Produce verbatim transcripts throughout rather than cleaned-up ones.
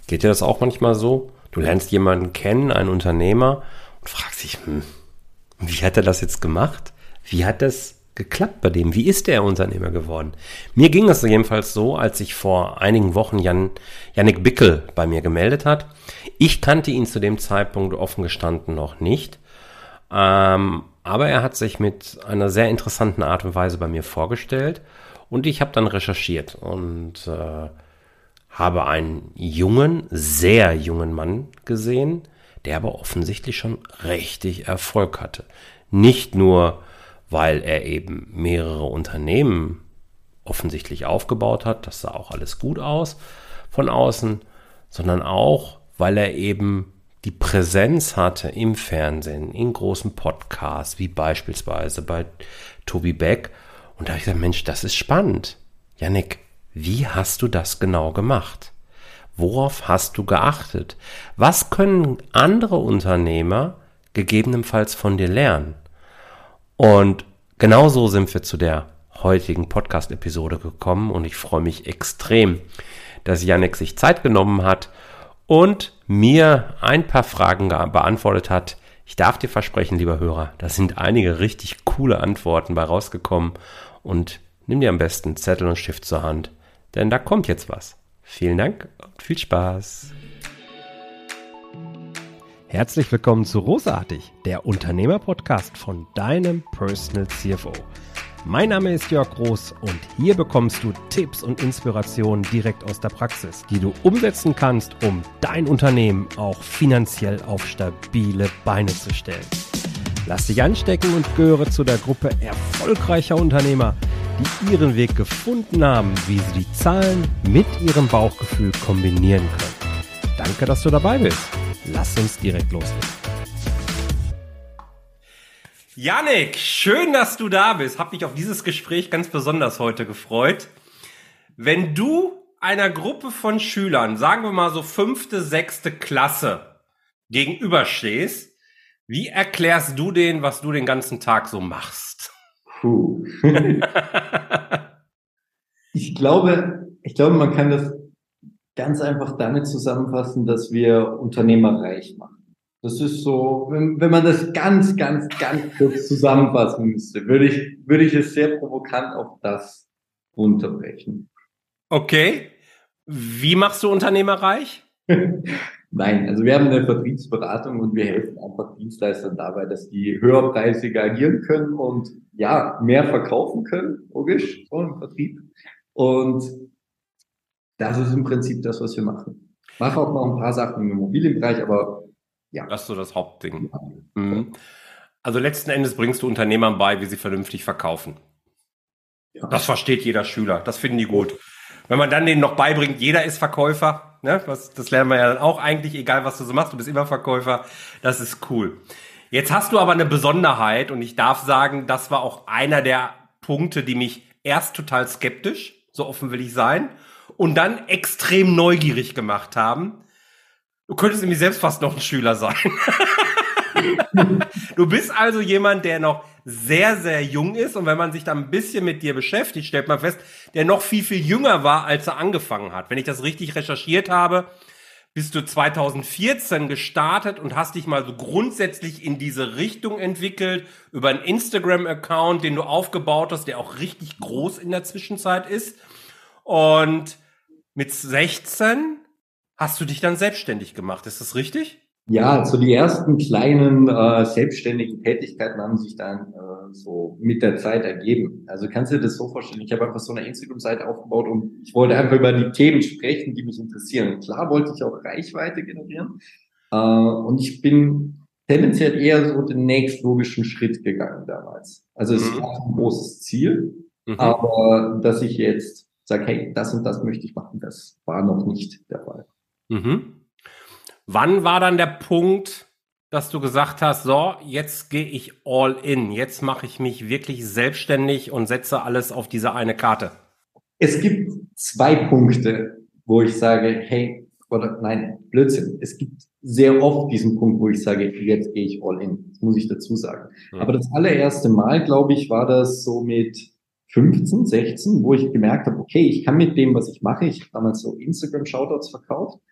Geht dir das auch manchmal so? Du lernst jemanden kennen, einen Unternehmer, und fragst dich, hm, wie hat er das jetzt gemacht? Wie hat das geklappt bei dem? Wie ist der Unternehmer geworden? Mir ging es jedenfalls so, als sich vor einigen Wochen Jan, Jannik Bickel bei mir gemeldet hat. Ich kannte ihn zu dem Zeitpunkt offen gestanden noch nicht. Ähm, aber er hat sich mit einer sehr interessanten Art und Weise bei mir vorgestellt und ich habe dann recherchiert und äh, habe einen jungen, sehr jungen Mann gesehen, der aber offensichtlich schon richtig Erfolg hatte. Nicht nur, weil er eben mehrere Unternehmen offensichtlich aufgebaut hat, das sah auch alles gut aus von außen, sondern auch, weil er eben die Präsenz hatte im Fernsehen, in großen Podcasts, wie beispielsweise bei Tobi Beck. Und da habe ich gesagt, Mensch, das ist spannend. Jannik, wie hast du das genau gemacht? Worauf hast du geachtet? Was können andere Unternehmer gegebenenfalls von dir lernen? Und genauso sind wir zu der heutigen Podcast-Episode gekommen und ich freue mich extrem, dass Jannik sich Zeit genommen hat und mir ein paar Fragen beantwortet hat. Ich darf dir versprechen, lieber Hörer, da sind einige richtig coole Antworten bei rausgekommen und nimm dir am besten Zettel und Stift zur Hand, denn da kommt jetzt was. Vielen Dank und viel Spaß. Herzlich willkommen zu Großartig, der Unternehmer-Podcast von deinem Personal C F O. Mein Name ist Jörg Groß und hier bekommst du Tipps und Inspirationen direkt aus der Praxis, die du umsetzen kannst, um dein Unternehmen auch finanziell auf stabile Beine zu stellen. Lass dich anstecken und gehöre zu der Gruppe erfolgreicher Unternehmer, die ihren Weg gefunden haben, wie sie die Zahlen mit ihrem Bauchgefühl kombinieren können. Danke, dass du dabei bist. Lass uns direkt loslegen. Jannik, schön, dass du da bist. Hab mich auf dieses Gespräch ganz besonders heute gefreut. Wenn du einer Gruppe von Schülern, sagen wir mal so fünfte, sechste Klasse, gegenüberstehst, wie erklärst du denen, was du den ganzen Tag so machst? Puh. ich glaube, ich glaube, man kann das ganz einfach damit zusammenfassen, dass wir Unternehmer reich machen. Das ist so, wenn, wenn man das ganz, ganz, ganz kurz zusammenfassen müsste, würde ich, würde ich es sehr provokant auf das runterbrechen. Okay. Wie machst du Unternehmer reich? Nein, also wir haben eine Vertriebsberatung und wir helfen einfach Dienstleistern dabei, dass die höherpreisig agieren können und ja, mehr verkaufen können, logisch, so im Vertrieb. Und das ist im Prinzip das, was wir machen. Ich mache auch noch ein paar Sachen im Immobilienbereich, aber ja. Das ist so das Hauptding. Mhm. Also letzten Endes bringst du Unternehmern bei, wie sie vernünftig verkaufen. Ja. Das versteht jeder Schüler. Das finden die gut. Wenn man dann denen noch beibringt, jeder ist Verkäufer, ne? Was, das lernen wir ja dann auch eigentlich, egal was du so machst, du bist immer Verkäufer. Das ist cool. Jetzt hast du aber eine Besonderheit und ich darf sagen, das war auch einer der Punkte, die mich erst total skeptisch, so offen will ich sein, und dann extrem neugierig gemacht haben. Du könntest nämlich selbst fast noch ein Schüler sein. Du bist also jemand, der noch sehr, sehr jung ist und wenn man sich dann ein bisschen mit dir beschäftigt, stellt man fest, der noch viel, viel jünger war, als er angefangen hat. Wenn ich das richtig recherchiert habe, bist du zweitausendvierzehn gestartet und hast dich mal so grundsätzlich in diese Richtung entwickelt über einen Instagram-Account, den du aufgebaut hast, der auch richtig groß in der Zwischenzeit ist. Und mit sechzehn hast du dich dann selbstständig gemacht. Ist das richtig? Ja, so die ersten kleinen äh, selbstständigen Tätigkeiten haben sich dann äh, so mit der Zeit ergeben. Also kannst du dir das so vorstellen, ich habe einfach so eine Instagram-Seite aufgebaut und ich wollte einfach über die Themen sprechen, die mich interessieren. Und klar wollte ich auch Reichweite generieren äh, und ich bin tendenziell eher so den nächstlogischen Schritt gegangen damals. Also es mhm. war ein großes Ziel, mhm. aber dass ich jetzt sage, hey, das und das möchte ich machen, das war noch nicht der Fall. Mhm. Wann war dann der Punkt, dass du gesagt hast, so, jetzt gehe ich all in, jetzt mache ich mich wirklich selbstständig und setze alles auf diese eine Karte? Es gibt zwei Punkte, wo ich sage, hey, oder nein, Blödsinn. Es gibt sehr oft diesen Punkt, wo ich sage, jetzt gehe ich all in. Das muss ich dazu sagen. Mhm. Aber das allererste Mal, glaube ich, war das so mit fünfzehn, sechzehn, wo ich gemerkt habe, okay, ich kann mit dem, was ich mache, ich habe damals so Instagram-Shoutouts verkauft,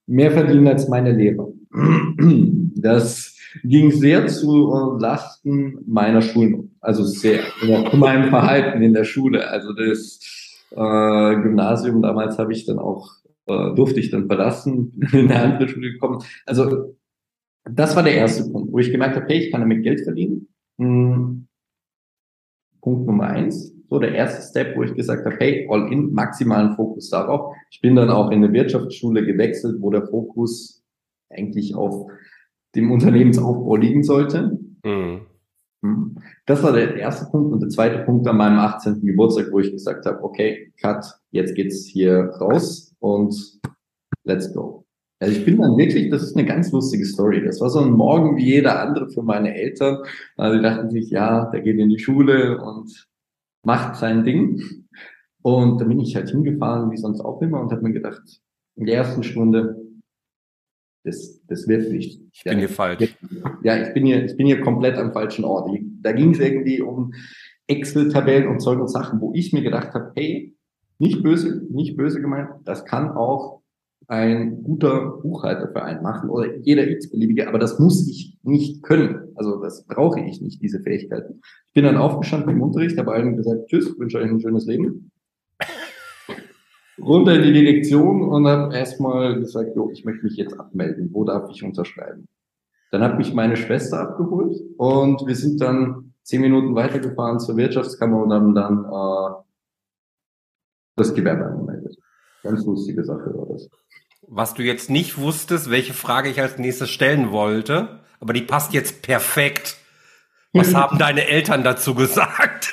mehr verdienen als meine Lehrer. Das ging sehr zu äh, Lasten meiner Schulnoten, also sehr, ja, zu meinem Verhalten in der Schule. Also das äh, Gymnasium damals habe ich dann auch, äh, durfte ich dann verlassen, in eine andere Schule gekommen. Also das war der erste Punkt, wo ich gemerkt habe, hey, ich kann damit Geld verdienen. Hm, Punkt Nummer eins, so der erste Step, wo ich gesagt habe, hey, all in, maximalen Fokus darauf. Ich bin dann auch in eine Wirtschaftsschule gewechselt, wo der Fokus eigentlich auf dem Unternehmensaufbau liegen sollte. Mhm. Das war der erste Punkt. Und der zweite Punkt an meinem achtzehnten Geburtstag, wo ich gesagt habe, okay, Cut, jetzt geht's hier raus und let's go. Also ich bin dann wirklich, das ist eine ganz lustige Story. Das war so ein Morgen wie jeder andere für meine Eltern. Also die dachten sich, ja, der geht in die Schule und macht sein Ding. Und dann bin ich halt hingefahren, wie sonst auch immer, und habe mir gedacht, in der ersten Stunde, das, das wird nicht. Ich bin hier falsch. Ja, ich bin hier, ich bin hier komplett am falschen Ort. Da ging es irgendwie um Excel-Tabellen und Zeug und Sachen, wo ich mir gedacht habe, hey, nicht böse, nicht böse gemeint, das kann auch ein guter Buchhalterverein machen oder jeder x-beliebige, aber das muss ich nicht können. Also das brauche ich nicht, diese Fähigkeiten. Ich bin dann aufgestanden im Unterricht, habe allen gesagt, tschüss, wünsche euch ein schönes Leben. Runter in die Direktion und habe erstmal gesagt, jo, ich möchte mich jetzt abmelden. Wo darf ich unterschreiben? Dann hat mich meine Schwester abgeholt und wir sind dann zehn Minuten weitergefahren zur Wirtschaftskammer und haben dann äh, das Gewerbe angemeldet. Ganz lustige Sache war das. Was du jetzt nicht wusstest, welche Frage ich als nächstes stellen wollte, aber die passt jetzt perfekt. Was haben deine Eltern dazu gesagt?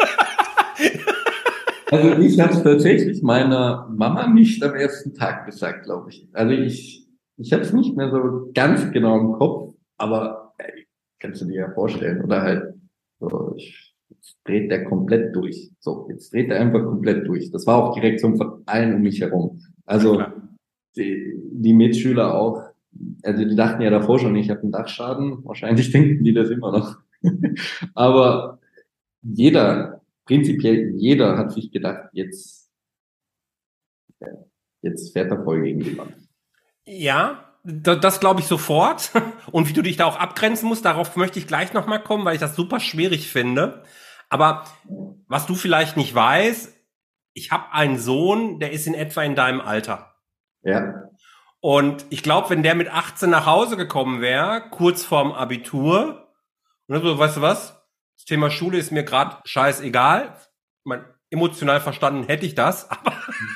Also ich habe es tatsächlich meiner Mama nicht am ersten Tag gesagt, glaube ich. Also ich, ich habe es nicht mehr so ganz genau im Kopf, aber ey, kannst du dir ja vorstellen, oder halt, so, ich, jetzt dreht der komplett durch. So, jetzt dreht er einfach komplett durch. Das war auch die Reaktion von allen um mich herum. Also die, die Mitschüler auch, also die dachten ja davor schon, ich habe einen Dachschaden. Wahrscheinlich denken die das immer noch. Aber jeder, prinzipiell jeder hat sich gedacht, jetzt, jetzt fährt er voll gegen die Wand. Ja, das, das glaube ich sofort. Und wie du dich da auch abgrenzen musst, darauf möchte ich gleich nochmal kommen, weil ich das super schwierig finde. Aber was du vielleicht nicht weißt, ich habe einen Sohn, der ist in etwa in deinem Alter. Ja. Und ich glaube, wenn der mit achtzehn nach Hause gekommen wäre, kurz vorm Abitur, und so, weißt du was? Das Thema Schule ist mir gerade scheißegal. Man, emotional verstanden hätte ich das, aber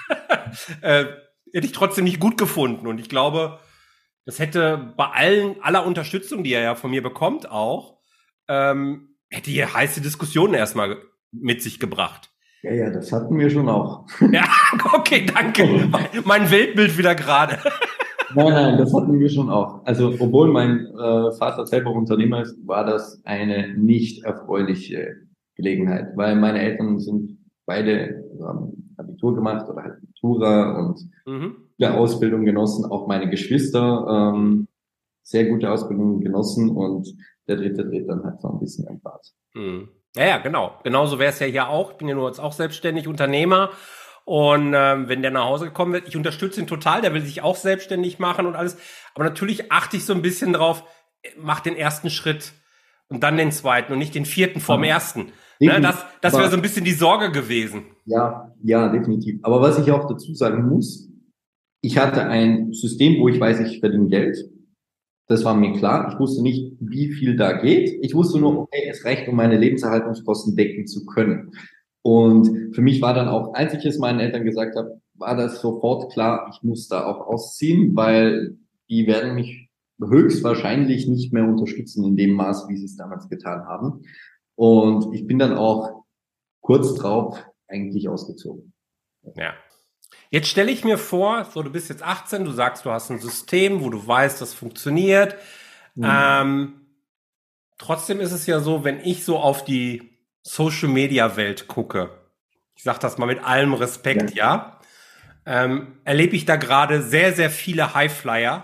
äh, hätte ich trotzdem nicht gut gefunden. Und ich glaube, das hätte bei allen, aller Unterstützung, die er ja von mir bekommt auch, ähm, hätte hier heiße Diskussionen erstmal mit sich gebracht. Ja, ja, das hatten wir schon auch. Ja, okay, danke. Mein Weltbild wieder gerade. Nein, nein, das hatten wir schon auch. Also, obwohl mein äh, Vater selber Unternehmer ist, war das eine nicht erfreuliche Gelegenheit, weil meine Eltern sind beide haben Abitur gemacht oder halt Matura und mhm. gute Ausbildung genossen. Auch meine Geschwister ähm, sehr gute Ausbildung genossen und der Dritte dreht dann halt so ein bisschen am Bad. Mhm. Ja, ja, genau. Genauso wäre es ja hier auch. Ich bin ja nur jetzt auch selbstständig Unternehmer. Und ähm, wenn der nach Hause gekommen wird, ich unterstütze ihn total, der will sich auch selbstständig machen und alles. Aber natürlich achte ich so ein bisschen drauf, mach den ersten Schritt und dann den zweiten und nicht den vierten vorm ja. ersten. Ne, das das wäre so ein bisschen die Sorge gewesen. Ja, ja, definitiv. Aber was ich auch dazu sagen muss, ich hatte ein System, wo ich weiß, ich verdiene Geld. Das war mir klar. Ich wusste nicht, wie viel da geht. Ich wusste nur, okay, es reicht, um meine Lebenserhaltungskosten decken zu können. Und für mich war dann auch, als ich es meinen Eltern gesagt habe, war das sofort klar, ich muss da auch ausziehen, weil die werden mich höchstwahrscheinlich nicht mehr unterstützen in dem Maß, wie sie es damals getan haben. Und ich bin dann auch kurz drauf eigentlich ausgezogen. Ja. Jetzt stelle ich mir vor, so du bist jetzt achtzehn, du sagst, du hast ein System, wo du weißt, das funktioniert. Mhm. Ähm, trotzdem ist es ja so, wenn ich so auf die Social-Media-Welt gucke, ich sage das mal mit allem Respekt, ja, ja ähm, erlebe ich da gerade sehr, sehr viele Highflyer,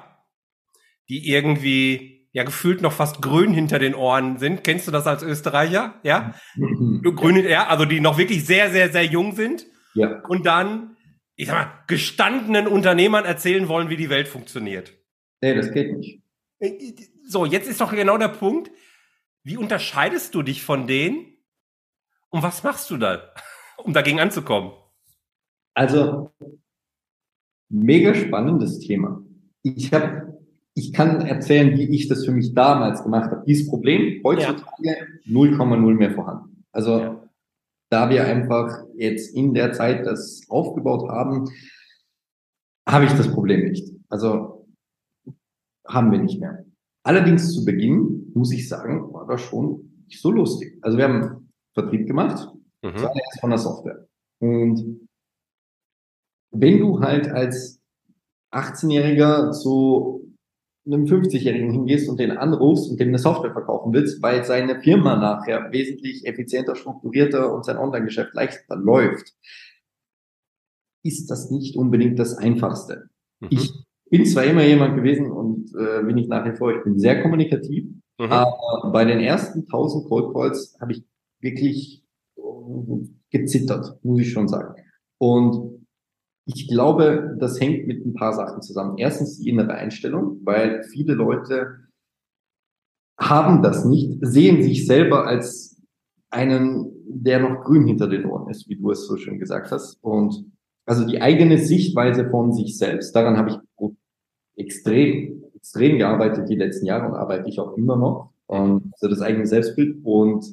die irgendwie ja gefühlt noch fast grün hinter den Ohren sind. Kennst du das als Österreicher? Ja, mhm. grün, ja, also die noch wirklich sehr, sehr, sehr jung sind. Ja. Und dann ich sag mal, gestandenen Unternehmern erzählen wollen, wie die Welt funktioniert. Nee, das geht nicht. So, jetzt ist doch genau der Punkt. Wie unterscheidest du dich von denen und was machst du da, um dagegen anzukommen? Also, mega spannendes Thema. Ich habe, ich kann erzählen, wie ich das für mich damals gemacht habe. Dieses Problem heutzutage null Komma null mehr vorhanden. Also, Ja. da wir einfach jetzt in der Zeit das aufgebaut haben, habe ich das Problem nicht. Also, haben wir nicht mehr. Allerdings zu Beginn, muss ich sagen, war das schon nicht so lustig. Also, wir haben Vertrieb gemacht, Mhm. zuallererst von der Software. Und wenn du halt als achtzehnjähriger zu einem fünfzigjährigen hingehst und den anrufst und dem eine Software verkaufen willst, weil seine Firma nachher wesentlich effizienter, strukturierter und sein Online-Geschäft leichter läuft, ist das nicht unbedingt das Einfachste. Mhm. Ich bin zwar immer jemand gewesen und äh, bin ich nach wie vor, ich bin sehr kommunikativ, Mhm. aber bei den ersten tausend Cold Calls habe ich wirklich äh, gezittert, muss ich schon sagen. Und ich glaube, das hängt mit ein paar Sachen zusammen. Erstens die innere Einstellung, weil viele Leute haben das nicht, sehen sich selber als einen, der noch grün hinter den Ohren ist, wie du es so schön gesagt hast. Und also die eigene Sichtweise von sich selbst, daran habe ich extrem, extrem gearbeitet die letzten Jahre und arbeite ich auch immer noch. Und also das eigene Selbstbild. Und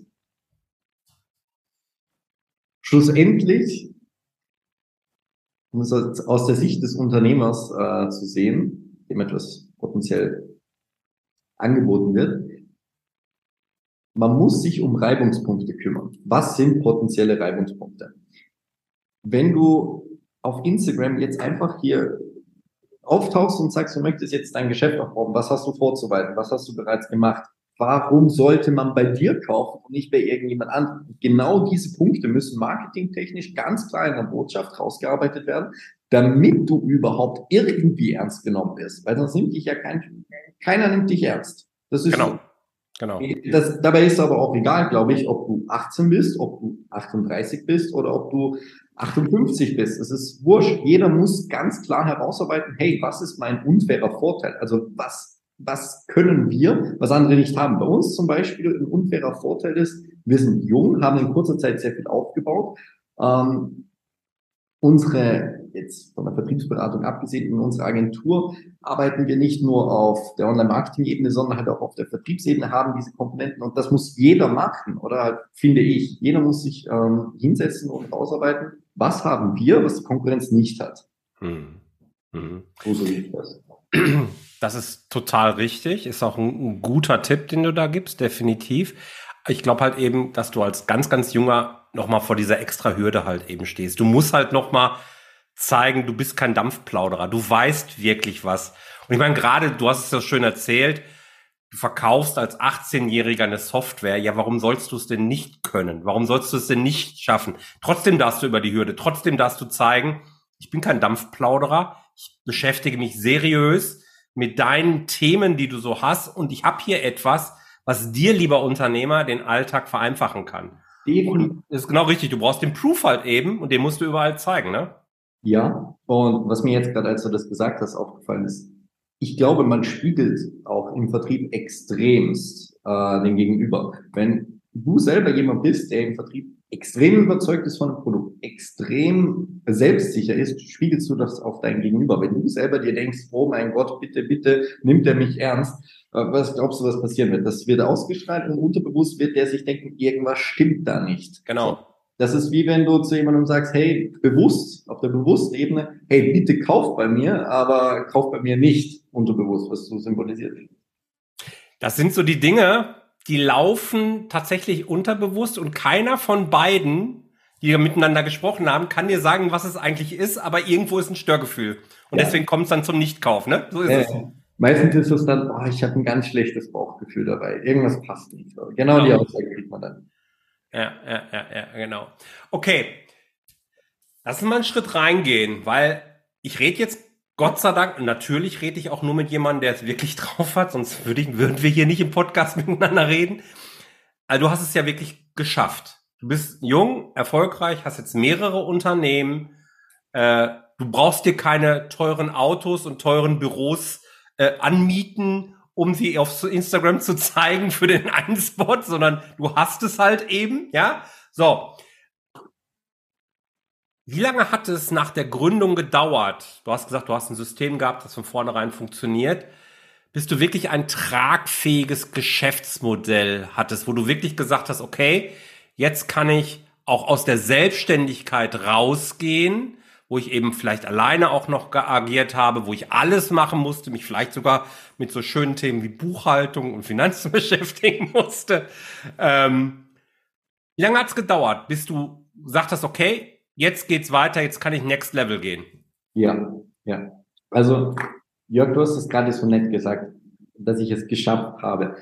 schlussendlich, um es aus der Sicht des Unternehmers äh, zu sehen, dem etwas potenziell angeboten wird, man muss sich um Reibungspunkte kümmern. Was sind potenzielle Reibungspunkte? Wenn du auf Instagram jetzt einfach hier auftauchst und sagst, du möchtest jetzt dein Geschäft aufbauen, was hast du vorzuweisen, was hast du bereits gemacht, warum sollte man bei dir kaufen und nicht bei irgendjemand anderem? Genau diese Punkte müssen marketingtechnisch ganz klar in der Botschaft rausgearbeitet werden, damit du überhaupt irgendwie ernst genommen wirst, weil sonst nimmt dich ja kein, keiner nimmt dich ernst. Das ist Genau. Genau. Das, dabei ist aber auch egal, glaube ich, ob du achtzehn bist, ob du achtunddreißig bist oder ob du achtundfünfzig bist. Es ist wurscht. Jeder muss ganz klar herausarbeiten, hey, was ist mein unfairer Vorteil? Also was, was können wir, was andere nicht haben? Bei uns zum Beispiel ein unfairer Vorteil ist, wir sind jung, haben in kurzer Zeit sehr viel aufgebaut. Ähm, unsere, jetzt von der Vertriebsberatung abgesehen, in unserer Agentur arbeiten wir nicht nur auf der Online-Marketing-Ebene, sondern halt auch auf der Vertriebsebene, haben diese Komponenten und das muss jeder machen, oder halt, finde ich. Jeder muss sich ähm, hinsetzen und ausarbeiten, was haben wir, was die Konkurrenz nicht hat. Hm. Hm. So sehe ich das. Das ist total richtig, ist auch ein, ein guter Tipp, den du da gibst, definitiv. Ich glaube halt eben, dass du als ganz, ganz Junger nochmal vor dieser extra Hürde halt eben stehst. Du musst halt nochmal zeigen, du bist kein Dampfplauderer, du weißt wirklich was. Und ich meine, gerade, du hast es ja schön erzählt, du verkaufst als achtzehnjähriger eine Software, ja, warum sollst du es denn nicht können? Warum sollst du es denn nicht schaffen? Trotzdem darfst du über die Hürde, trotzdem darfst du zeigen, ich bin kein Dampfplauderer, ich beschäftige mich seriös mit deinen Themen, die du so hast und ich habe hier etwas, was dir, lieber Unternehmer, den Alltag vereinfachen kann. Und das ist genau richtig, du brauchst den Proof halt eben und den musst du überall zeigen, ne? Ja, und was mir jetzt gerade, als du das gesagt hast, aufgefallen ist, ich glaube, man spiegelt auch im Vertrieb extremst äh, den Gegenüber. Wenn du selber jemand bist, der im Vertrieb extrem überzeugt ist von einem Produkt, extrem selbstsicher ist, spiegelst du das auf dein Gegenüber. Wenn du selber dir denkst, oh mein Gott, bitte, bitte, nimmt er mich ernst, äh, was glaubst du, was passieren wird? Das wird ausgestrahlt und unterbewusst wird der sich denken, irgendwas stimmt da nicht. Genau. So. Das ist wie wenn du zu jemandem sagst, hey, bewusst, auf der bewussten Ebene, hey, bitte kauf bei mir, aber kauf bei mir nicht unterbewusst, was du symbolisiert. Das sind so die Dinge, die laufen tatsächlich unterbewusst und keiner von beiden, die da miteinander gesprochen haben, kann dir sagen, was es eigentlich ist, aber irgendwo ist ein Störgefühl. Und ja. Deswegen kommt es dann zum Nichtkauf, ne? So ist äh, es. Meistens ist es dann, oh, ich habe ein ganz schlechtes Bauchgefühl dabei. Irgendwas passt nicht. Genau, genau. Die Aussage kriegt man dann. Ja, ja, ja, ja, genau. Okay, lass uns mal einen Schritt reingehen, weil ich rede jetzt, Gott sei Dank, natürlich rede ich auch nur mit jemandem, der es wirklich drauf hat, sonst würde ich, würden wir hier nicht im Podcast miteinander reden. Also du hast es ja wirklich geschafft. Du bist jung, erfolgreich, hast jetzt mehrere Unternehmen, äh, du brauchst dir keine teuren Autos und teuren Büros äh, anmieten, um sie auf Instagram zu zeigen für den einen Spot, sondern du hast es halt eben, ja. So. Wie lange hat es nach der Gründung gedauert? Du hast gesagt, du hast ein System gehabt, das von vornherein funktioniert, bis du wirklich ein tragfähiges Geschäftsmodell hattest, wo du wirklich gesagt hast, okay, jetzt kann ich auch aus der Selbstständigkeit rausgehen, wo ich eben vielleicht alleine auch noch agiert habe, wo ich alles machen musste, mich vielleicht sogar mit so schönen Themen wie Buchhaltung und Finanzen beschäftigen musste. Ähm, wie lange hat es gedauert, bis du gesagt hast, okay, jetzt geht's weiter, jetzt kann ich Next Level gehen? Ja, ja. Also, Jörg, du hast es gerade so nett gesagt, dass ich es geschafft habe.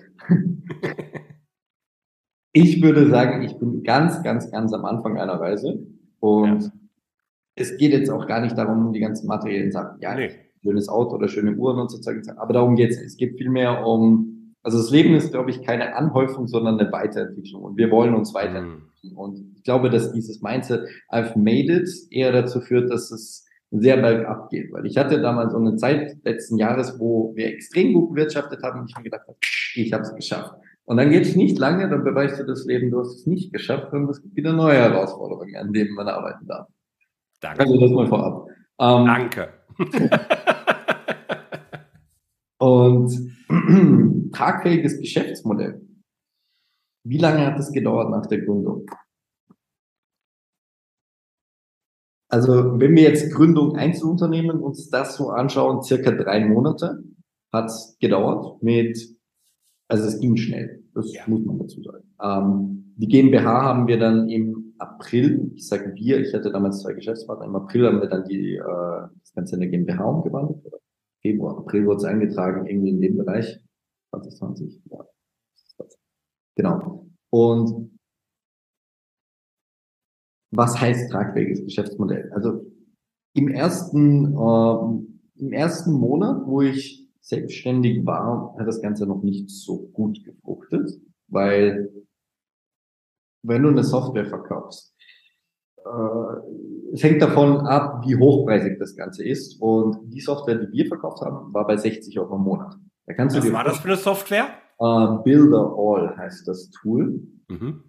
Ich würde sagen, ich bin ganz, ganz, ganz am Anfang einer Reise und ja. Es geht jetzt auch gar nicht darum, um die ganzen materiellen Sachen. Ja, nee. Schönes Auto oder schöne Uhren und so Zeug, aber darum geht's. Es geht vielmehr um, also das Leben ist, glaube ich, keine Anhäufung, sondern eine Weiterentwicklung und wir wollen uns weiterentwickeln. Mm. Und ich glaube, dass dieses Mindset, I've made it, eher dazu führt, dass es sehr bergab geht, weil ich hatte damals so eine Zeit letzten Jahres, wo wir extrem gut gewirtschaftet haben und ich mir gedacht habe, ich habe es geschafft. Und dann geht es nicht lange, dann beweist du das Leben, du hast es nicht geschafft und es gibt wieder neue Herausforderungen, an denen man arbeiten darf. Danke. Also das mal vorab. Ähm, Danke. und tragfähiges Geschäftsmodell. Wie lange hat es gedauert nach der Gründung? Also wenn wir jetzt Gründung Einzelunternehmen uns das so anschauen, circa drei Monate hat es gedauert mit, also es ging schnell, das ja. muss man dazu sagen. Ähm, die GmbH haben wir dann im April, ich sage wir, ich hatte damals zwei Geschäftspartner, im April haben wir dann die, äh, das Ganze in der GmbH umgewandelt. Oder Februar, April wurde es eingetragen, irgendwie in dem Bereich. zwanzig zwanzig, ja. Genau. Und was heißt tragfähiges Geschäftsmodell? Also im ersten, äh, im ersten Monat, wo ich selbstständig war, hat das Ganze noch nicht so gut gefruchtet, weil wenn du eine Software verkaufst, äh, es hängt davon ab, wie hochpreisig das Ganze ist. Und die Software, die wir verkauft haben, war bei sechzig Euro im Monat. Da kannst Was du dir war das für eine Software? Äh, Builder All heißt das Tool. Mhm.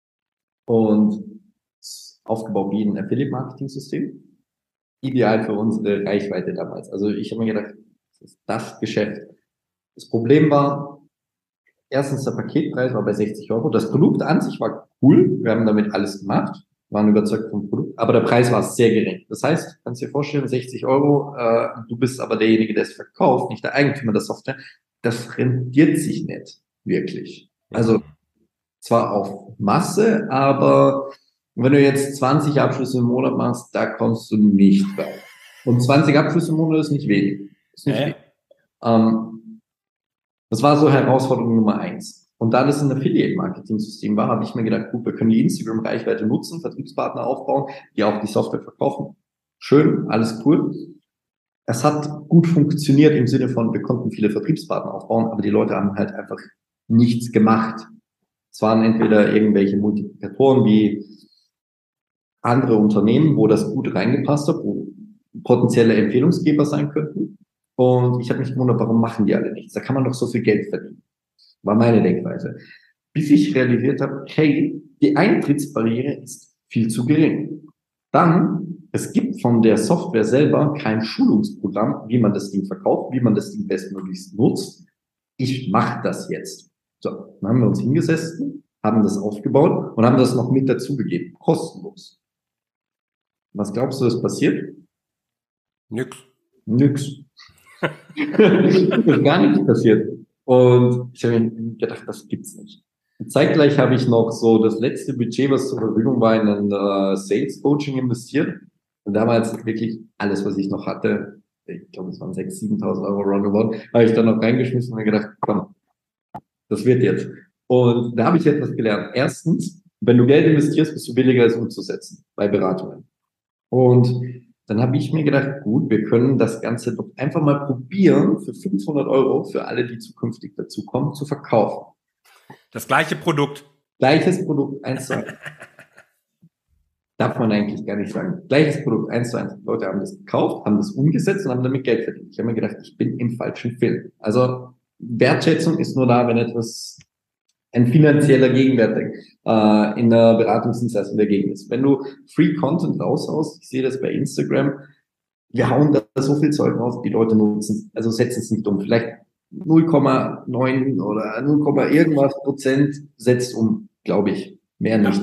Und aufgebaut wie ein Affiliate-Marketing-System. Ideal für unsere Reichweite damals. Also ich habe mir gedacht, das ist das Geschäft. Das Problem war, erstens der Paketpreis war bei sechzig Euro. Das Produkt an sich war cool. Wir haben damit alles gemacht, waren überzeugt vom Produkt, aber der Preis war sehr gering. Das heißt, kannst dir vorstellen, sechzig Euro, äh, du bist aber derjenige, der es verkauft, nicht der Eigentümer der Software. Das rentiert sich nicht wirklich. Also zwar auf Masse, aber wenn du jetzt zwanzig Abschlüsse im Monat machst, da kommst du nicht rein. Und zwanzig Abschlüsse im Monat ist nicht wenig. Ist nicht äh. wenig. Ähm, das war so Herausforderung Nummer eins. Und da das ein Affiliate-Marketing-System war, habe ich mir gedacht, gut, wir können die Instagram-Reichweite nutzen, Vertriebspartner aufbauen, die auch die Software verkaufen. Schön, alles cool. Es hat gut funktioniert im Sinne von, wir konnten viele Vertriebspartner aufbauen, aber die Leute haben halt einfach nichts gemacht. Es waren entweder irgendwelche Multiplikatoren wie andere Unternehmen, wo das gut reingepasst hat, wo potenzielle Empfehlungsgeber sein könnten. Und ich habe mich gewundert, warum machen die alle nichts? Da kann man doch so viel Geld verdienen. War meine Denkweise. Bis ich realisiert habe, hey, die Eintrittsbarriere ist viel zu gering. Dann, es gibt von der Software selber kein Schulungsprogramm, wie man das Ding verkauft, wie man das Ding bestmöglichst nutzt. Ich mache das jetzt. So, dann haben wir uns hingesessen, haben das aufgebaut und haben das noch mit dazugegeben, kostenlos. Was glaubst du, ist passiert? Nix. Nix. Ist gar nichts passiert. Und ich habe mir gedacht, das gibt's nicht. Und zeitgleich habe ich noch so das letzte Budget, was zur Verfügung war, in ein äh, Sales Coaching investiert. Und damals wirklich alles, was ich noch hatte, ich glaube, es waren sechstausend, siebentausend Euro roundabout, habe ich dann noch reingeschmissen und mir gedacht, komm, das wird jetzt. Und da habe ich etwas gelernt. Erstens, wenn du Geld investierst, bist du billiger, es umzusetzen bei Beratungen. Und dann habe ich mir gedacht, gut, wir können das Ganze doch einfach mal probieren, für fünfhundert Euro, für alle, die zukünftig dazukommen, zu verkaufen. Das gleiche Produkt. Gleiches Produkt, eins zu eins. darf man eigentlich gar nicht sagen. Gleiches Produkt, eins zu eins. Die Leute haben das gekauft, haben das umgesetzt und haben damit Geld verdient. Ich habe mir gedacht, ich bin im falschen Film. Also Wertschätzung ist nur da, wenn etwas ein finanzieller Gegenwert äh, in der Beratungsdienstleistung dagegen ist. Wenn du Free Content raushaust, ich sehe das bei Instagram, wir hauen da so viel Zeug raus, die Leute nutzen, also setzen es nicht um. Vielleicht null Komma neun oder null, irgendwas Prozent setzt um, glaube ich. Mehr nicht.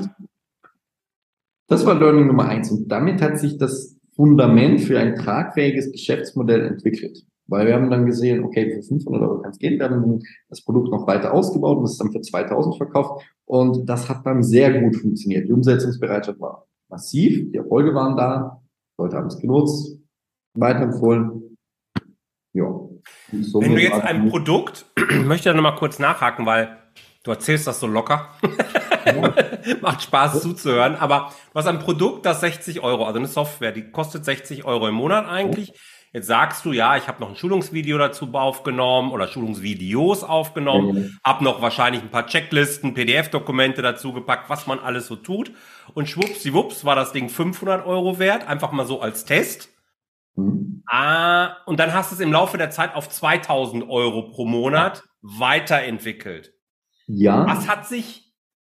Das war Learning Nummer eins. Und damit hat sich das Fundament für ein tragfähiges Geschäftsmodell entwickelt. Weil wir haben dann gesehen, okay, für fünfhundert Euro kann es gehen. Wir haben das Produkt noch weiter ausgebaut und es dann für zweitausend verkauft. Und das hat dann sehr gut funktioniert. Die Umsetzungsbereitschaft war massiv, die Erfolge waren da, Leute haben es genutzt, weiterempfohlen. Ja. Wenn du jetzt ein Produkt, möchte ich da nochmal kurz nachhaken, weil du erzählst das so locker. Ja. Macht Spaß zuzuhören, aber du hast ein Produkt, das sechzig Euro, also eine Software, die kostet sechzig Euro im Monat eigentlich. Jetzt sagst du, ja, ich habe noch ein Schulungsvideo dazu aufgenommen oder Schulungsvideos aufgenommen, mhm. habe noch wahrscheinlich ein paar Checklisten, P D F-Dokumente dazu gepackt, was man alles so tut. Und schwuppsiwupps war das Ding fünfhundert Euro wert, einfach mal so als Test. Mhm. Ah, und dann hast du es im Laufe der Zeit auf zweitausend Euro pro Monat weiterentwickelt. Ja. Was hat sich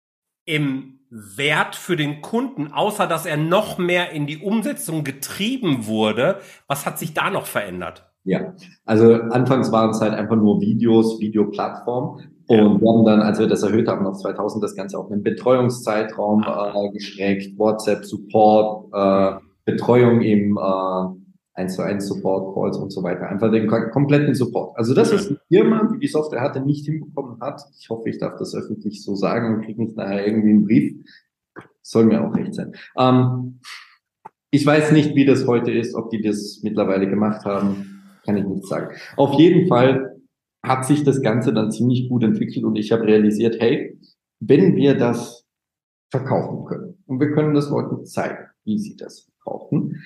im Wert für den Kunden, außer dass er noch mehr in die Umsetzung getrieben wurde, was hat sich da noch verändert? Ja, also anfangs waren es halt einfach nur Videos, Videoplattform. Und ja. wir haben dann, als wir das erhöht haben auf zweitausend, das Ganze auf einen Betreuungszeitraum äh, gestreckt, WhatsApp-Support, äh, Betreuung im äh, eins zu eins Support-Calls und so weiter. Einfach den kompletten Support. Also das, was die Firma, die die Software hatte, nicht hinbekommen hat, ich hoffe, ich darf das öffentlich so sagen und kriege nicht nachher irgendwie einen Brief, soll mir auch recht sein. Ähm, ich weiß nicht, wie das heute ist, ob die das mittlerweile gemacht haben, kann ich nicht sagen. Auf jeden Fall hat sich das Ganze dann ziemlich gut entwickelt und ich habe realisiert, hey, wenn wir das verkaufen können und wir können das Leuten zeigen, wie sie das verkaufen,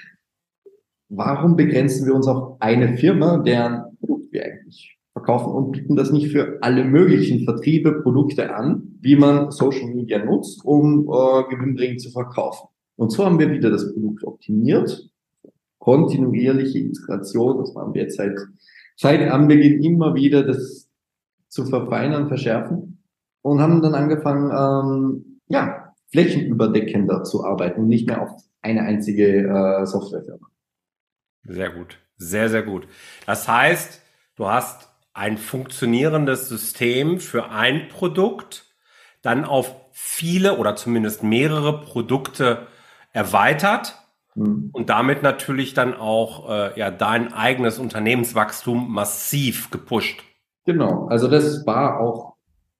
warum begrenzen wir uns auf eine Firma, deren Produkt wir eigentlich verkaufen und bieten das nicht für alle möglichen Vertriebe, Produkte an, wie man Social Media nutzt, um äh, gewinnbringend zu verkaufen. Und so haben wir wieder das Produkt optimiert, kontinuierliche Integration, das machen wir jetzt seit, seit Anbeginn immer wieder, das zu verfeinern, verschärfen und haben dann angefangen, ähm, ja, flächenüberdeckender zu arbeiten und nicht mehr auf eine einzige äh, Softwarefirma. Sehr gut, sehr, sehr gut. Das heißt, du hast ein funktionierendes System für ein Produkt, dann auf viele oder zumindest mehrere Produkte erweitert mhm. und damit natürlich dann auch äh, ja dein eigenes Unternehmenswachstum massiv gepusht. Genau, also das war auch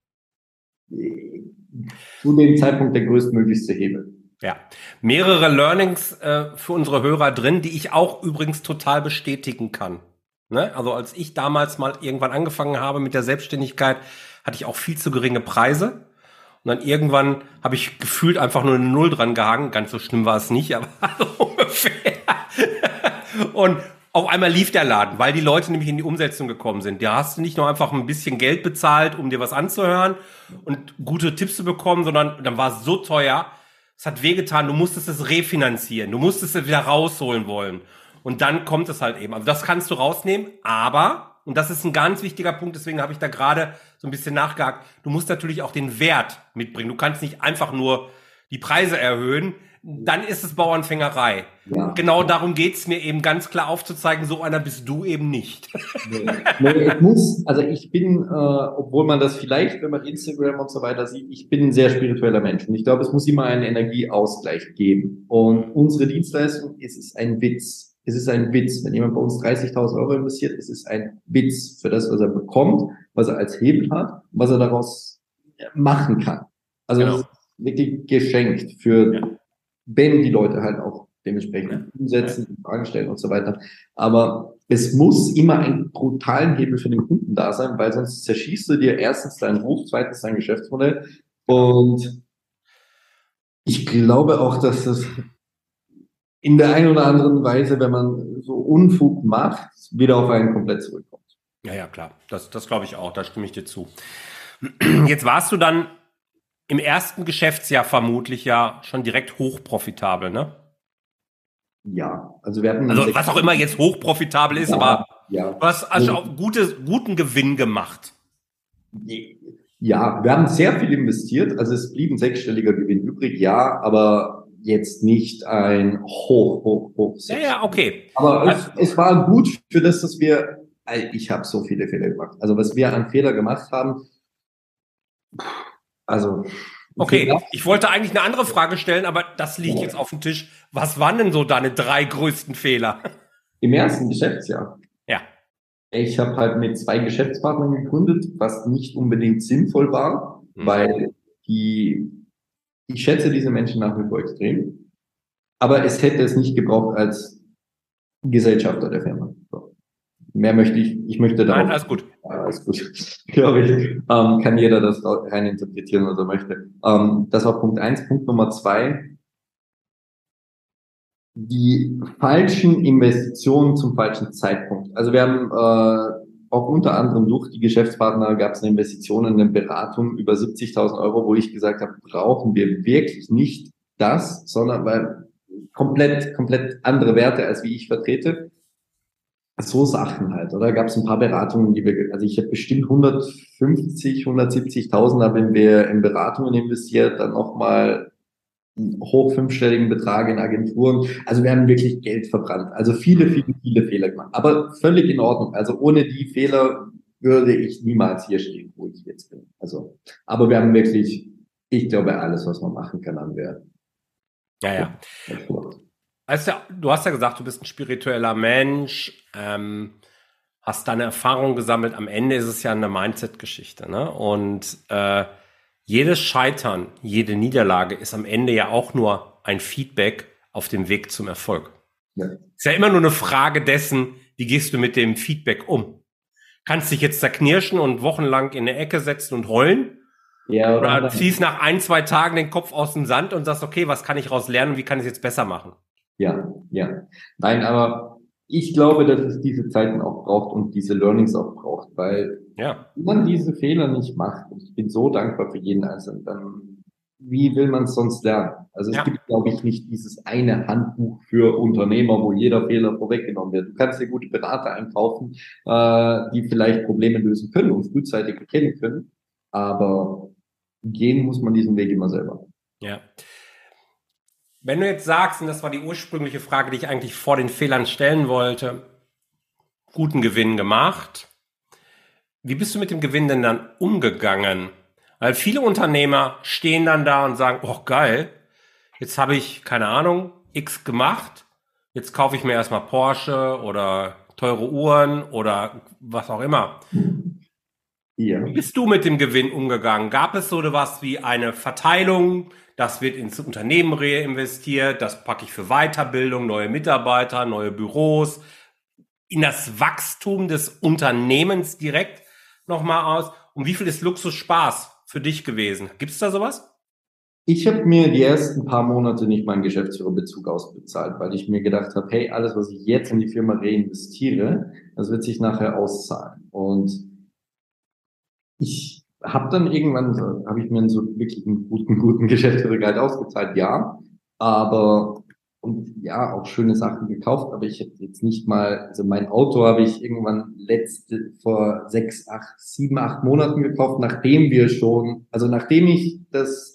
zu dem Zeitpunkt der größtmöglichste Hebel. Ja, mehrere Learnings äh, für unsere Hörer drin, die ich auch übrigens total bestätigen kann. Ne? Also als ich damals mal irgendwann angefangen habe mit der Selbstständigkeit, hatte ich auch viel zu geringe Preise. Und dann irgendwann habe ich gefühlt einfach nur eine Null dran gehangen. Ganz so schlimm war es nicht, aber ungefähr. Und auf einmal lief der Laden, weil die Leute nämlich in die Umsetzung gekommen sind. Da hast du nicht nur einfach ein bisschen Geld bezahlt, um dir was anzuhören und gute Tipps zu bekommen, sondern dann war es so teuer, es hat wehgetan, du musstest es refinanzieren, du musstest es wieder rausholen wollen. Und dann kommt es halt eben. Also das kannst du rausnehmen, aber, und das ist ein ganz wichtiger Punkt, deswegen habe ich da gerade so ein bisschen nachgehakt, du musst natürlich auch den Wert mitbringen. Du kannst nicht einfach nur die Preise erhöhen, dann ist es Bauernfängerei. Ja. Genau darum geht's mir eben ganz klar aufzuzeigen, so einer bist du eben nicht. Nee, nee, ich muss, also ich bin, äh, obwohl man das vielleicht, wenn man Instagram und so weiter sieht, ich bin ein sehr spiritueller Mensch und ich glaube, es muss immer einen Energieausgleich geben. Und unsere Dienstleistung, es ist ein Witz. Es ist ein Witz. Wenn jemand bei uns dreißigtausend Euro investiert, es ist ein Witz für das, was er bekommt, was er als Hebel hat, was er daraus machen kann. Also genau. Es ist wirklich geschenkt für ja. wenn die Leute halt auch dementsprechend umsetzen, Fragen stellen und so weiter. Aber es muss immer einen brutalen Hebel für den Kunden da sein, weil sonst zerschießt du dir erstens deinen Ruf, zweitens dein Geschäftsmodell. Und ich glaube auch, dass das in der einen oder anderen Weise, wenn man so Unfug macht, wieder auf einen komplett zurückkommt. Ja, ja, klar. Das, das glaube ich auch. Da stimme ich dir zu. Jetzt warst du dann im ersten Geschäftsjahr vermutlich ja schon direkt hochprofitabel, ne? Ja, also wir hatten... Also was auch immer jetzt hochprofitabel ist, ja, aber ja. du hast also auch gute, guten Gewinn gemacht. Ja, wir haben sehr viel investiert, also es blieb ein sechsstelliger Gewinn übrig, ja, aber jetzt nicht ein hoch, hoch, hoch. Ja, ja, okay. Aber es, es war gut für das, dass wir, ich habe so viele Fehler gemacht, also was wir an Fehler gemacht haben, also... Okay, ich wollte eigentlich eine andere Frage stellen, aber das liegt jetzt auf dem Tisch. Was waren denn so deine drei größten Fehler? Im ersten Geschäftsjahr? Ja. Ich habe halt mit zwei Geschäftspartnern gegründet, was nicht unbedingt sinnvoll war, mhm. weil die, ich schätze diese Menschen nach wie vor extrem, aber es hätte es nicht gebraucht als Gesellschafter der Firma. So. Mehr möchte ich, ich möchte da. Nein, alles gut. Ja, alles gut. Glaube ich, ähm, kann jeder das rein interpretieren, was er möchte. Ähm, das war Punkt eins. Punkt Nummer zwei. Die falschen Investitionen zum falschen Zeitpunkt. Also wir haben äh, auch unter anderem durch die Geschäftspartner gab es eine Investition in eine Beratung über siebzigtausend Euro, wo ich gesagt habe, brauchen wir wirklich nicht das, sondern weil komplett, komplett andere Werte, als wie ich vertrete. So Sachen halt, oder? Gab es ein paar Beratungen, die wir, also ich habe bestimmt hundertfünfzig, hundertsiebzigtausend haben wir in Beratungen investiert, dann nochmal hoch fünfstelligen Betrag in Agenturen. Also wir haben wirklich Geld verbrannt. Also viele, viele, viele Fehler gemacht. Aber völlig in Ordnung. Also ohne die Fehler würde ich niemals hier stehen, wo ich jetzt bin. Also, aber wir haben wirklich, ich glaube, alles, was man machen kann, haben wir. Ja, ja. Also, du hast ja gesagt, du bist ein spiritueller Mensch, ähm, hast deine Erfahrung gesammelt. Am Ende ist es ja eine Mindset-Geschichte, ne? Und äh, jedes Scheitern, jede Niederlage ist am Ende ja auch nur ein Feedback auf dem Weg zum Erfolg. Ja. Ist ja immer nur eine Frage dessen, wie gehst du mit dem Feedback um? Kannst dich jetzt zerknirschen und wochenlang in eine Ecke setzen und heulen? Ja, oder, oder ziehst nach ein, zwei Tagen den Kopf aus dem Sand und sagst, okay, was kann ich raus lernen und wie kann ich es jetzt besser machen? Ja, ja. Nein, aber ich glaube, dass es diese Zeiten auch braucht und diese Learnings auch braucht, weil ja. wenn man diese Fehler nicht macht, und ich bin so dankbar für jeden Einzelnen, dann wie will man es sonst lernen? Also es ja. gibt, glaube ich, nicht dieses eine Handbuch für Unternehmer, wo jeder Fehler vorweggenommen wird. Du kannst dir gute Berater einkaufen, äh, die vielleicht Probleme lösen können und frühzeitig erkennen können, aber gehen muss man diesen Weg immer selber. Ja. Wenn du jetzt sagst, und das war die ursprüngliche Frage, die ich eigentlich vor den Fehlern stellen wollte, guten Gewinn gemacht, wie bist du mit dem Gewinn denn dann umgegangen? Weil viele Unternehmer stehen dann da und sagen, oh geil, jetzt habe ich, keine Ahnung, X gemacht, jetzt kaufe ich mir erstmal Porsche oder teure Uhren oder was auch immer. Ja. Wie bist du mit dem Gewinn umgegangen? Gab es so was wie eine Verteilung? Das wird ins Unternehmen reinvestiert, das packe ich für Weiterbildung, neue Mitarbeiter, neue Büros, in das Wachstum des Unternehmens direkt nochmal aus. Und wie viel ist Luxus Spaß für dich gewesen? Gibt es da sowas? Ich habe mir die ersten paar Monate nicht meinen Geschäftsführerbezug ausbezahlt, weil ich mir gedacht habe, hey, alles, was ich jetzt in die Firma reinvestiere, das wird sich nachher auszahlen. Und ich habe dann irgendwann, so, habe ich mir so wirklich einen guten, guten Geschäftsführergehalt ausgezahlt, ja, aber, und ja, auch schöne Sachen gekauft, aber ich habe jetzt nicht mal, also mein Auto habe ich irgendwann letzte, vor sechs, acht, sieben, acht Monaten gekauft, nachdem wir schon, also nachdem ich das,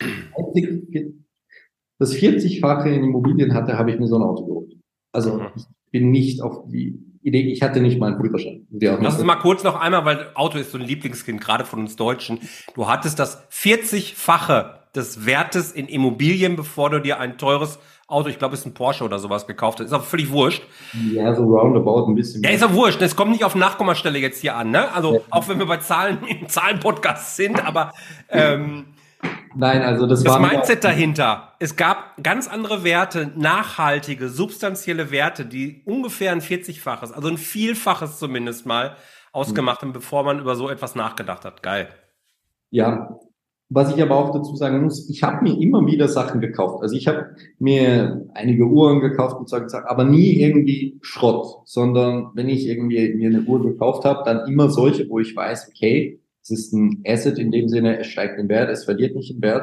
das vierzigfache in Immobilien hatte, habe ich mir so ein Auto geholt. Also ich bin nicht auf die Idee, ich hatte nicht mal einen Führerschein. Lass uns mal kurz noch einmal, weil Auto ist so ein Lieblingskind, gerade von uns Deutschen. Du hattest das vierzigfache des Wertes in Immobilien, bevor du dir ein teures Auto, ich glaube, es ist ein Porsche oder sowas gekauft hast. Ist aber völlig wurscht. Ja, so roundabout ein bisschen. Ja, ist ja wurscht. Es kommt nicht auf Nachkommastelle jetzt hier an, ne? Also, ja. Auch wenn wir bei Zahlen, im Zahlenpodcast sind, aber, ähm, Nein, also das, das war Mindset dahinter. Es gab ganz andere Werte, nachhaltige, substanzielle Werte, die ungefähr ein vierzigfaches, also ein Vielfaches zumindest mal ausgemacht haben, bevor man über so etwas nachgedacht hat. Geil. Ja, was ich aber auch dazu sagen muss, ich habe mir immer wieder Sachen gekauft. Also ich habe mir einige Uhren gekauft und so gesagt, aber nie irgendwie Schrott, sondern wenn ich irgendwie mir eine Uhr gekauft habe, dann immer solche, wo ich weiß, okay, es ist ein Asset in dem Sinne, es steigt in Wert, es verliert nicht in Wert.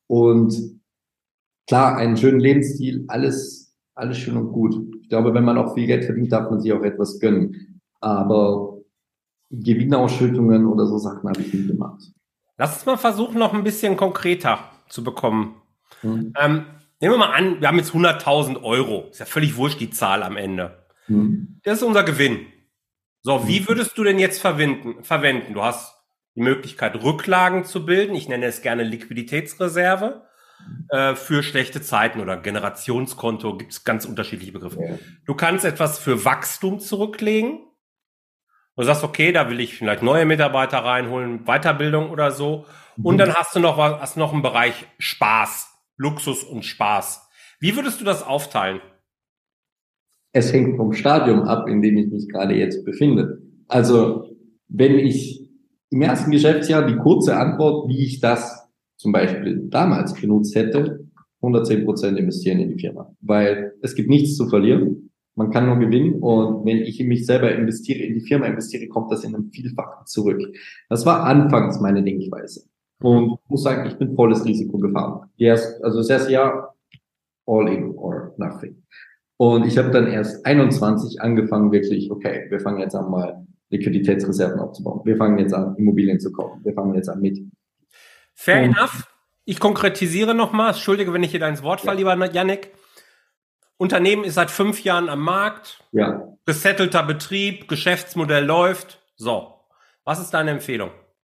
Und klar, einen schönen Lebensstil, alles, alles schön und gut. Ich glaube, wenn man auch viel Geld verdient, darf man sich auch etwas gönnen. Aber Gewinnausschüttungen oder so Sachen habe ich nie gemacht. Lass uns mal versuchen, noch ein bisschen konkreter zu bekommen. Hm. Ähm, nehmen wir mal an, wir haben jetzt hunderttausend Euro. Ist ja völlig wurscht, die Zahl am Ende. Hm. Das ist unser Gewinn. So, wie würdest du denn jetzt verwenden? verwenden? Du hast die Möglichkeit, Rücklagen zu bilden. Ich nenne es gerne Liquiditätsreserve äh, für schlechte Zeiten oder Generationskonto. Gibt es ganz unterschiedliche Begriffe. Ja. Du kannst etwas für Wachstum zurücklegen. Du sagst, okay, da will ich vielleicht neue Mitarbeiter reinholen, Weiterbildung oder so. Und dann hast du noch was, hast noch einen Bereich Spaß, Luxus und Spaß. Wie würdest du das aufteilen? Es hängt vom Stadium ab, in dem ich mich gerade jetzt befinde. Also, wenn ich im ersten Geschäftsjahr die kurze Antwort, wie ich das zum Beispiel damals genutzt hätte, hundertzehn Prozent investieren in die Firma. Weil es gibt nichts zu verlieren. Man kann nur gewinnen. Und wenn ich in mich selber investiere, in die Firma investiere, kommt das in einem Vielfachen zurück. Das war anfangs meine Denkweise. Und ich muss sagen, ich bin volles Risiko gefahren. Erst, also das erste Jahr all in or nothing. Und ich habe dann erst einundzwanzig angefangen, wirklich, okay, wir fangen jetzt an, mal Liquiditätsreserven aufzubauen. Wir fangen jetzt an, Immobilien zu kaufen. Wir fangen jetzt an mit. Fair Und, enough. Ich konkretisiere nochmal. Entschuldige, wenn ich hier dein Wort falle, ja. lieber Yannick. Unternehmen ist seit fünf Jahren am Markt. Ja. Gesettelter Betrieb, Geschäftsmodell läuft. So. Was ist deine Empfehlung?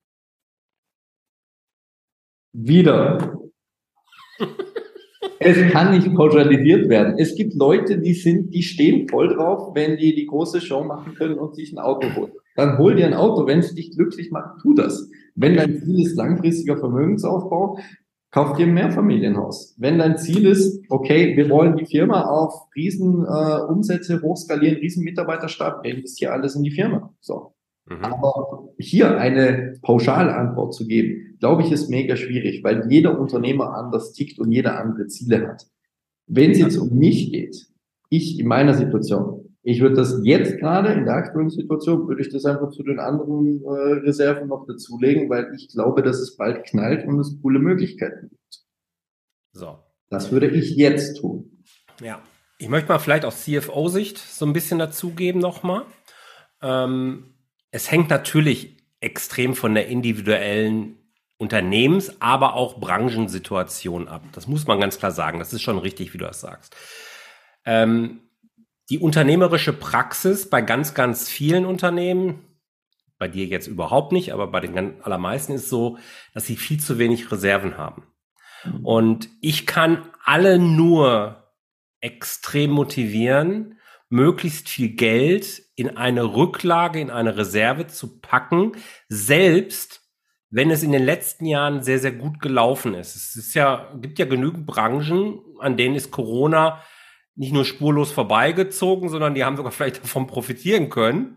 Wieder. Es kann nicht pauschalisiert werden. Es gibt Leute, die sind, die stehen voll drauf, wenn die die große Show machen können und sich ein Auto holen. Dann hol dir ein Auto, wenn es dich glücklich macht, tu das. Wenn dein Ziel ist langfristiger Vermögensaufbau, kauf dir ein Mehrfamilienhaus. Wenn dein Ziel ist, okay, wir wollen die Firma auf riesen äh, Umsätze hochskalieren, riesen Mitarbeiterstab, investiere alles in die Firma. So. Mhm. Aber hier eine pauschale Antwort zu geben, glaube ich, ist mega schwierig, weil jeder Unternehmer anders tickt und jeder andere Ziele hat. Wenn es jetzt um mich geht, ich in meiner Situation, ich würde das jetzt gerade in der aktuellen Situation, würde ich das einfach zu den anderen äh, Reserven noch dazulegen, weil ich glaube, dass es bald knallt und es coole Möglichkeiten gibt. So. Das würde ich jetzt tun. Ja, ich möchte mal vielleicht aus C F O-Sicht so ein bisschen dazugeben nochmal. Ähm, es hängt natürlich extrem von der individuellen Unternehmens-, aber auch Branchensituation ab. Das muss man ganz klar sagen. Das ist schon richtig, wie du das sagst. Ähm, die unternehmerische Praxis bei ganz, ganz vielen Unternehmen, bei dir jetzt überhaupt nicht, aber bei den allermeisten ist so, dass sie viel zu wenig Reserven haben. Und ich kann alle nur extrem motivieren, möglichst viel Geld in eine Rücklage, in eine Reserve zu packen, selbst wenn es in den letzten Jahren sehr, sehr gut gelaufen ist. Es ist ja, gibt ja genügend Branchen, an denen ist Corona nicht nur spurlos vorbeigezogen, sondern die haben sogar vielleicht davon profitieren können.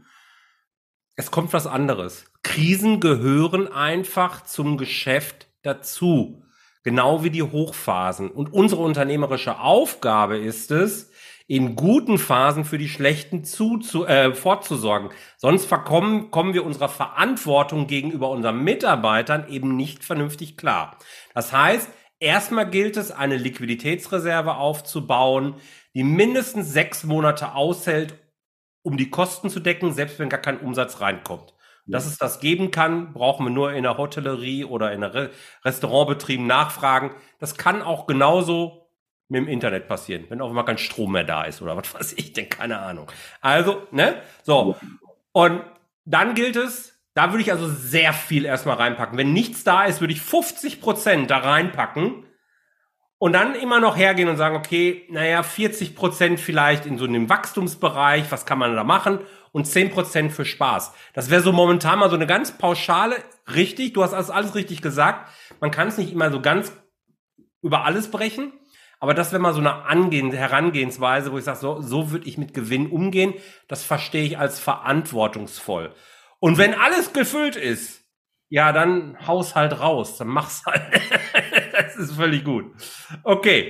Es kommt was anderes. Krisen gehören einfach zum Geschäft dazu. Genau wie die Hochphasen. Und unsere unternehmerische Aufgabe ist es, in guten Phasen für die schlechten zu, zu, äh, fortzusorgen. Sonst verkommen, kommen wir unserer Verantwortung gegenüber unseren Mitarbeitern eben nicht vernünftig klar. Das heißt, erstmal gilt es, eine Liquiditätsreserve aufzubauen, die mindestens sechs Monate aushält, um die Kosten zu decken, selbst wenn gar kein Umsatz reinkommt. Dass es das geben kann, brauchen wir nur in der Hotellerie oder in der Restaurantbetrieben nachfragen. Das kann auch genauso mit dem Internet passieren, wenn auf einmal kein Strom mehr da ist oder was weiß ich denn, keine Ahnung. Also, ne, so. Und dann gilt es, da würde ich also sehr viel erstmal reinpacken. Wenn nichts da ist, würde ich fünfzig Prozent da reinpacken und dann immer noch hergehen und sagen, okay, naja, vierzig Prozent vielleicht in so einem Wachstumsbereich, was kann man da machen? Und zehn Prozent für Spaß. Das wäre so momentan mal so eine ganz pauschale, richtig, du hast alles, alles richtig gesagt. Man kann es nicht immer so ganz über alles brechen, aber das wäre mal so eine Angehen, Herangehensweise, wo ich sage, so, so würde ich mit Gewinn umgehen. Das verstehe ich als verantwortungsvoll. Und wenn alles gefüllt ist, ja, dann haus halt raus, dann mach's halt. Das ist völlig gut. Okay.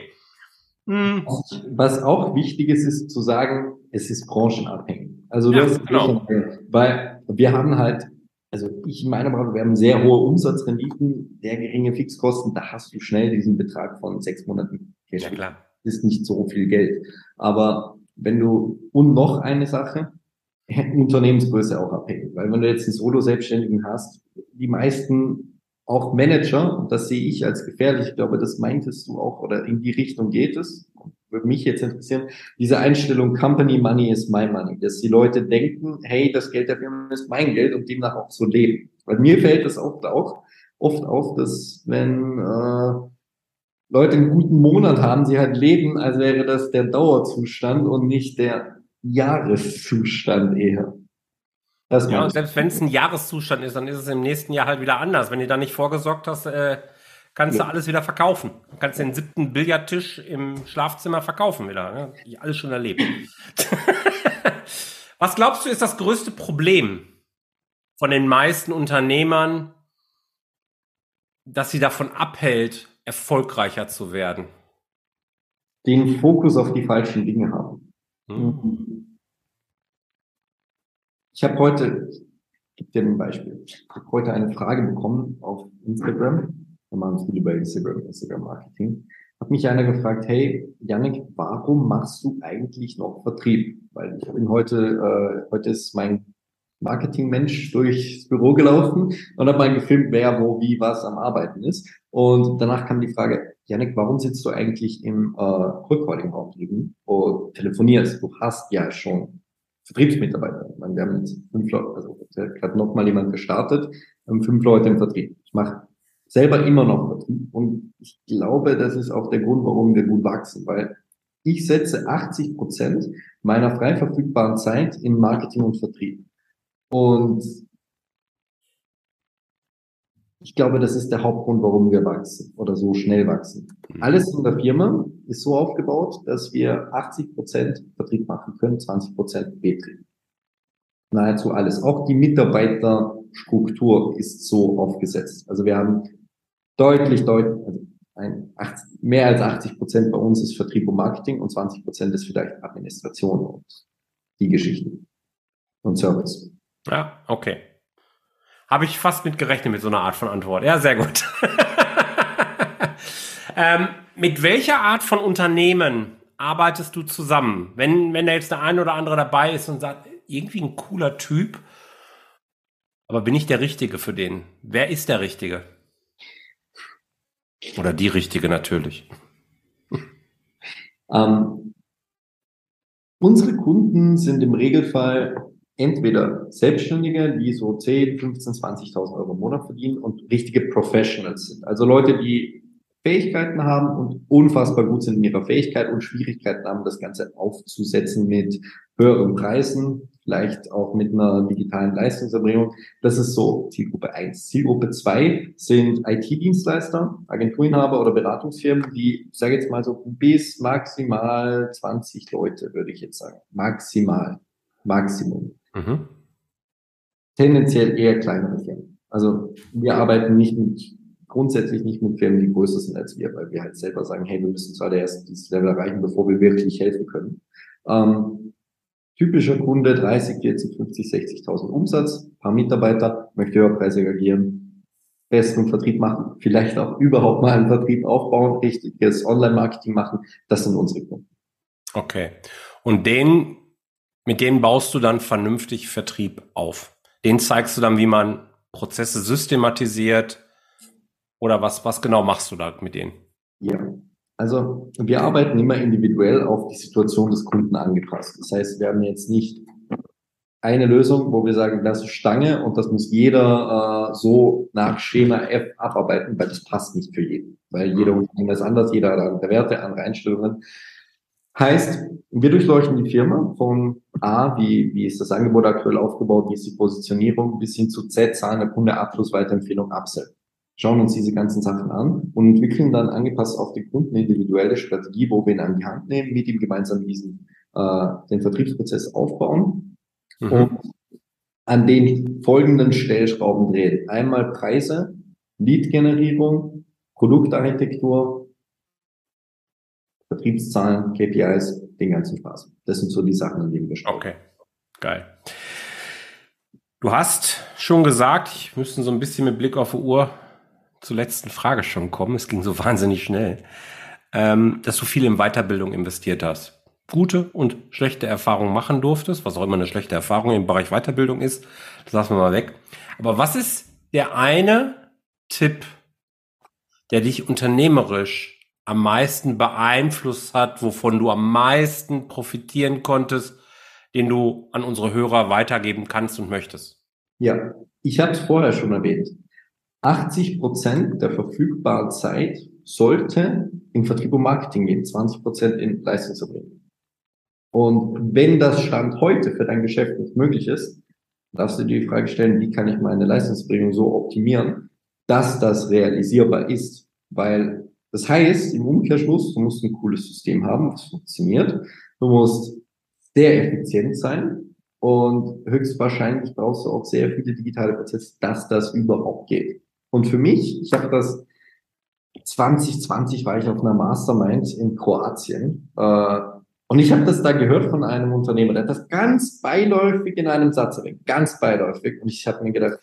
Hm. Was auch wichtig ist, ist zu sagen, es ist branchenabhängig. Also ja, das ist genau. Weil wir haben halt also ich in meiner Branche, wir haben sehr hohe Umsatzrenditen, sehr geringe Fixkosten, da hast du schnell diesen Betrag von sechs Monaten Cash. Ja, klar. Das ist nicht so viel Geld. Aber wenn du, und noch eine Sache, Unternehmensgröße auch abhängig. Weil wenn du jetzt einen Solo-Selbstständigen hast, die meisten auch Manager, und das sehe ich als gefährlich, ich glaube, das meintest du auch, oder in die Richtung geht es, würde mich jetzt interessieren, diese Einstellung Company Money is my money, dass die Leute denken, hey, das Geld der Firma ist mein Geld und demnach auch so leben. Weil mir fällt es oft auch oft auf, dass wenn äh, Leute einen guten Monat haben, sie halt leben, als wäre das der Dauerzustand und nicht der Jahreszustand eher. Das Ja, meine und ich. selbst wenn es ein Jahreszustand ist, dann ist es im nächsten Jahr halt wieder anders. Wenn du da nicht vorgesorgt hast, äh, kannst du Ja. alles wieder verkaufen. Du kannst den siebten Billardtisch im Schlafzimmer verkaufen wieder. Ne? Ich alles schon erlebt. Was glaubst du, ist das größte Problem von den meisten Unternehmern, das sie davon abhält, erfolgreicher zu werden? Den Fokus auf die falschen Dinge haben. Hm. Ich habe heute, ich gebe dir ein Beispiel, ich habe heute eine Frage bekommen auf Instagram. Wir machen viel über Instagram, Instagram-Marketing. Hat mich einer gefragt, hey, Yannick, warum machst du eigentlich noch Vertrieb? Weil ich bin heute, äh, heute ist mein Marketingmensch durchs Büro gelaufen und hat mal gefilmt, wer, wo, wie, was am Arbeiten ist. Und danach kam die Frage, Yannick, warum sitzt du eigentlich im äh, Recording-Raum drüben und telefonierst? Du hast ja schon Vertriebsmitarbeiter. Ich meine, wir haben jetzt fünf Leute, also gerade noch mal jemand gestartet, wir haben fünf Leute im Vertrieb. Ich mache selber immer noch Vertrieb und ich glaube, das ist auch der Grund, warum wir gut wachsen, weil ich setze achtzig Prozent meiner frei verfügbaren Zeit in Marketing und Vertrieb. Und ich glaube, das ist der Hauptgrund, warum wir wachsen oder so schnell wachsen. Alles in der Firma ist so aufgebaut, dass wir achtzig Prozent Vertrieb machen können, zwanzig Prozent Betrieb. Nahezu alles. Auch die Mitarbeiterstruktur ist so aufgesetzt. Also wir haben deutlich, deutlich, also ein, achtzig, mehr als achtzig Prozent bei uns ist Vertrieb und Marketing und zwanzig Prozent ist vielleicht Administration und die Geschichten und Service. Ja, okay. Habe ich fast mit gerechnet mit so einer Art von Antwort. Ja, sehr gut. ähm, mit welcher Art von Unternehmen arbeitest du zusammen? Wenn, wenn da jetzt der eine oder andere dabei ist und sagt, irgendwie ein cooler Typ, aber bin ich der Richtige für den? Wer ist der Richtige? Oder die Richtige natürlich. Ähm, unsere Kunden sind im Regelfall entweder Selbstständige, die so zehn, fünfzehn, zwanzigtausend Euro im Monat verdienen und richtige Professionals sind. Also Leute, die Fähigkeiten haben und unfassbar gut sind in ihrer Fähigkeit und Schwierigkeiten haben, das Ganze aufzusetzen mit höheren Preisen, vielleicht auch mit einer digitalen Leistungserbringung. Das ist so Zielgruppe eins. Zielgruppe zwei sind I T-Dienstleister, Agenturinhaber oder Beratungsfirmen, die, ich sage jetzt mal so bis maximal zwanzig Leute, würde ich jetzt sagen. Maximal. Maximum. Mhm. Tendenziell eher kleinere Firmen. Also wir arbeiten nicht mit, grundsätzlich nicht mit Firmen, die größer sind als wir, weil wir halt selber sagen, hey, wir müssen zuallererst dieses Level erreichen, bevor wir wirklich helfen können. Ähm, typischer Kunde, dreißig, vierzig, fünfzig, sechzigtausend Umsatz, paar Mitarbeiter, möchte höherpreisig agieren, besten Vertrieb machen, vielleicht auch überhaupt mal einen Vertrieb aufbauen, richtiges Online-Marketing machen. Das sind unsere Kunden. Okay. Und den Mit denen baust du dann vernünftig Vertrieb auf. Den zeigst du dann, wie man Prozesse systematisiert oder was, was genau machst du da mit denen? Ja, also wir arbeiten immer individuell auf die Situation des Kunden angepasst. Das heißt, wir haben jetzt nicht eine Lösung, wo wir sagen, das ist Stange und das muss jeder äh, so nach Schema F abarbeiten, weil das passt nicht für jeden. Weil jeder Unternehmer ist anders, jeder hat andere Werte, andere Einstellungen. Heißt, wir durchleuchten die Firma von A, wie, wie ist das Angebot aktuell aufgebaut, wie ist die Positionierung, bis hin zu Z, Zahlen der Kunde, Abschluss, Weiterempfehlung, Upsell. Schauen uns diese ganzen Sachen an und entwickeln dann angepasst auf den Kunden eine individuelle Strategie, wo wir ihn an die Hand nehmen, mit ihm gemeinsam diesen, äh, den Vertriebsprozess aufbauen Mhm. und an den folgenden Stellschrauben drehen. Einmal Preise, Lead-Generierung, Produktarchitektur, Vertriebszahlen, K P Is, den ganzen Spaß. Das sind so die Sachen, an denen wir schauen. Okay, geil. Du hast schon gesagt, ich müsste so ein bisschen mit Blick auf die Uhr zur letzten Frage schon kommen. Es ging so wahnsinnig schnell, ähm, dass du viel in Weiterbildung investiert hast. Gute und schlechte Erfahrungen machen durftest, was auch immer eine schlechte Erfahrung im Bereich Weiterbildung ist. Das lassen wir mal weg. Aber was ist der eine Tipp, der dich unternehmerisch am meisten beeinflusst hat, wovon du am meisten profitieren konntest, den du an unsere Hörer weitergeben kannst und möchtest? Ja, ich habe es vorher schon erwähnt. achtzig Prozent der verfügbaren Zeit sollte in Vertrieb und Marketing gehen, zwanzig Prozent in Leistungserbringung. Und wenn das Stand heute für dein Geschäft nicht möglich ist, darfst du dir die Frage stellen, wie kann ich meine Leistungserbringung so optimieren, dass das realisierbar ist. Weil das heißt, im Umkehrschluss, du musst ein cooles System haben, das funktioniert. Du musst sehr effizient sein und höchstwahrscheinlich brauchst du auch sehr viele digitale Prozesse, dass das überhaupt geht. Und für mich, ich habe das zwanzig zwanzig war ich auf einer Mastermind in Kroatien äh, und ich habe das da gehört von einem Unternehmer, der hat das ganz beiläufig in einem Satz erwähnt, ganz beiläufig, und ich habe mir gedacht,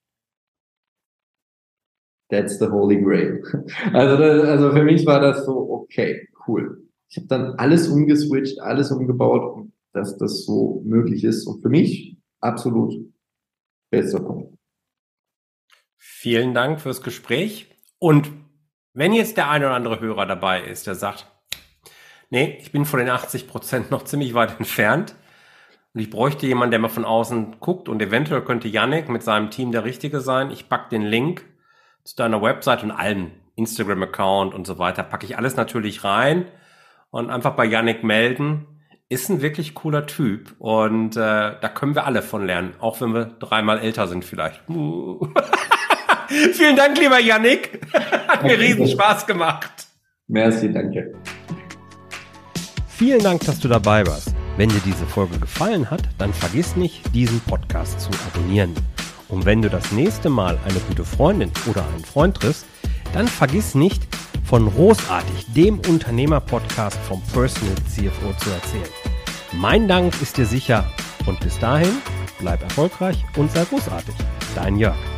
that's the holy grail. Also, das, also für mich war das so, okay, cool. Ich habe dann alles umgeswitcht, alles umgebaut, und dass das so möglich ist. Und für mich absolut bester Punkt. Vielen Dank fürs Gespräch. Und wenn jetzt der eine oder andere Hörer dabei ist, der sagt, nee, ich bin von den achtzig Prozent noch ziemlich weit entfernt und ich bräuchte jemanden, der mal von außen guckt, und eventuell könnte Yannick mit seinem Team der Richtige sein. Ich packe den Link zu deiner Website und allen Instagram-Account und so weiter, packe ich alles natürlich rein und einfach bei Yannick melden. Ist ein wirklich cooler Typ und äh, da können wir alle von lernen, auch wenn wir dreimal älter sind vielleicht. Uh. Vielen Dank, lieber Yannick. Hat mir riesen Spaß gemacht. Merci, danke. Vielen Dank, dass du dabei warst. Wenn dir diese Folge gefallen hat, dann vergiss nicht, diesen Podcast zu abonnieren. Und wenn du das nächste Mal eine gute Freundin oder einen Freund triffst, dann vergiss nicht, von Großartig, dem Unternehmer-Podcast vom Personal C F O, zu erzählen. Mein Dank ist dir sicher und bis dahin, bleib erfolgreich und sei großartig. Dein Jörg.